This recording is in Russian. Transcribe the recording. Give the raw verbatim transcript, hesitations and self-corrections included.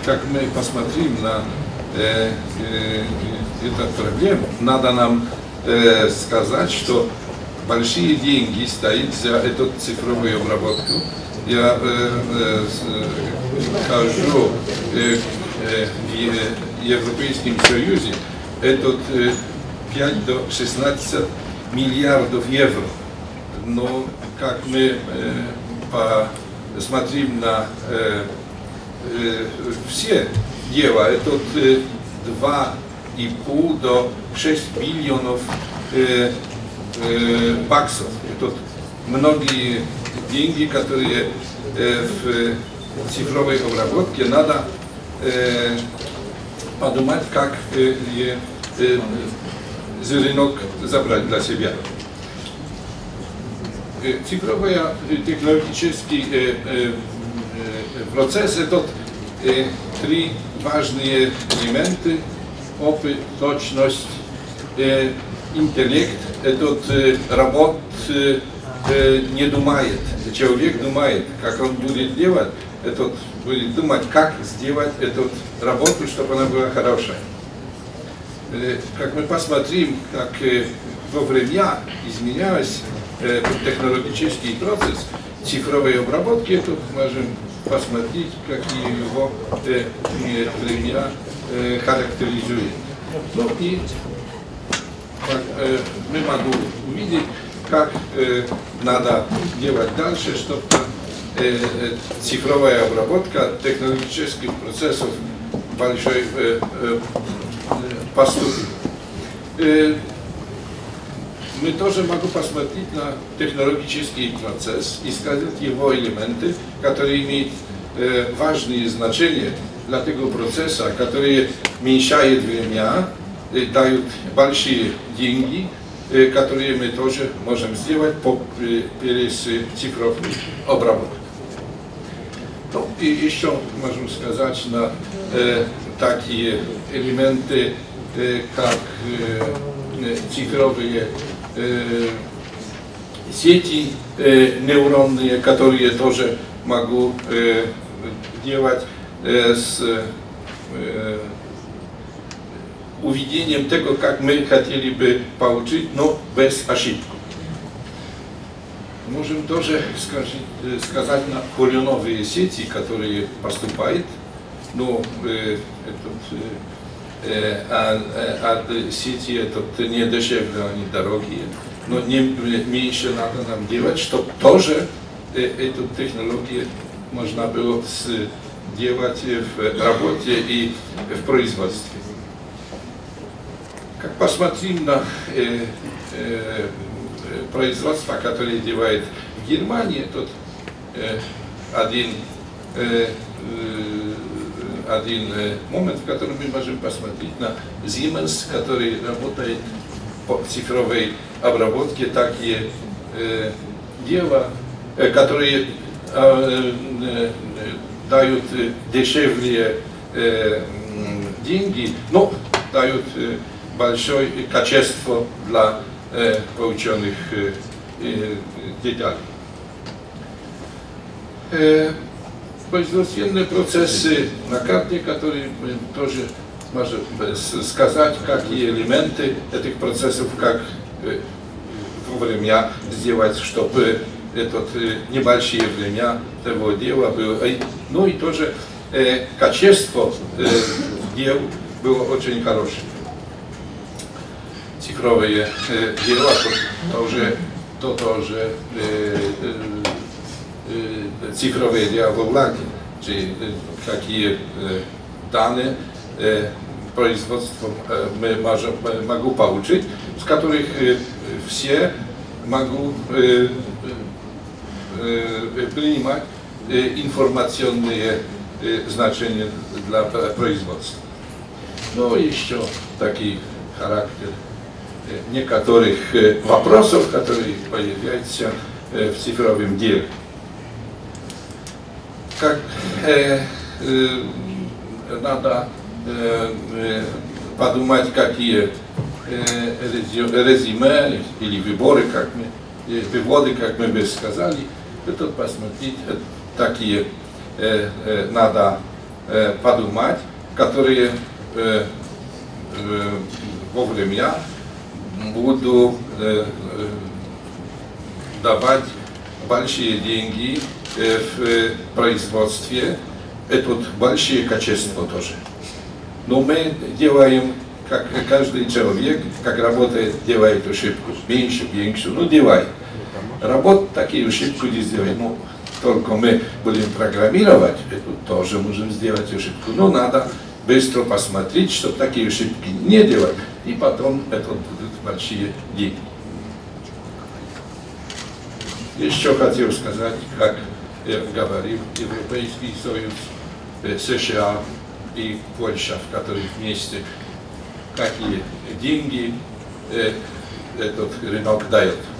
как мы посмотрим на э, э, эту проблему, надо нам э, сказать, что большие деньги стоят за эту цифровую обработку. Я э, э, хожу э, э, в Европейском Союзе, это э, пять до шестнадцати миллиардов евро. Но как мы э, посмотрим на э, э, все дела, это э, два и пять до шести миллионов э, э, баксов. Это многие деньги, которые э, в цифровой обработке надо э, подумать, как э, э, рынок забрать для себя. Цифровой технологический э, э, процесс — это э, три важные элементы: опыт, точность, э, интеллект. Этот э, работ э, э, не думает. Человек думает, как он будет делать, этот будет думать, как сделать эту работу, чтобы она была хорошая. Э, как мы посмотрим, как э, во время изменялось э, технологический процесс цифровой обработки, это можем посмотреть, какие его э, времена э, характеризуют. Ну и как, э, мы могу увидеть, как э, надо делать дальше, чтобы э, цифровая обработка технологических процессов большой э, э, поступила. Э, мы тоже могу посмотреть на технологический процесс и сказать его элементы, которые имеют э, важные значения для этого процесса, которые уменьшают время, э, дают большие деньги, э, которые мы тоже можем сделать по, э, через цифровую обработку. Ну, и еще можем сказать на э, такие элементы, э, как э, цифровые э, сети э, нейронные, которые тоже могу э, делать э, с э, увидением того, как мы хотели бы получить, но без ошибки. Можем тоже сказать, сказать на колоновые сети, которые поступают, но э, этот, э, а, а сети этот не дешевле, они дорогие, но не меньше надо нам делать, чтобы тоже э, эту технологию можно было сделать в работе и в производстве. Как посмотрим на э, э, производство, которое делает в Германии, тут э, один, э, э, один э, момент, в котором мы можем посмотреть на Siemens, который работает по цифровой обработке, такие э, дела, э, которые э, э, дают дешевле э, деньги, но дают э, большое качество для э, полученных э, э, деталей. Э, производственные процессы на карте, которые мы тоже можем сказать, какие элементы этих процессов, как э, во время сделать, чтобы это э, небольшое время того дела было. Ну и тоже э, качество э, дел было очень хорошее. Цифровые э, дела, то тоже, то тоже э, э, цифровые дела во влаге, э, какие э, данные э, производством э, мы можем, могу получить, с которых э, все могу э, э, принимать э, информационные э, значения для производства. Ну и еще такой характер некоторых вопросов, которые появляются в цифровом деле. Как э, э, надо э, подумать, какие э, резюме или выборы, как мы, выводы, как мы бы сказали, это посмотреть, такие э, э, надо э, подумать, которые э, э, вовремя будут э, э, давать большие деньги э, в производстве, это большие качества тоже. Но мы делаем, как каждый человек, как работает, делает ошибку, меньше, меньше, ну делай. Работа такие ошибки не сделает. Ну, только мы будем программировать, это тоже можем сделать ошибку. Но надо быстро посмотреть, чтобы такие ошибки не делать, и потом это будут большие деньги. Еще хотел сказать, как я говорил, Европейский Союз, США и Польша, в которых вместе, какие деньги этот рынок дает.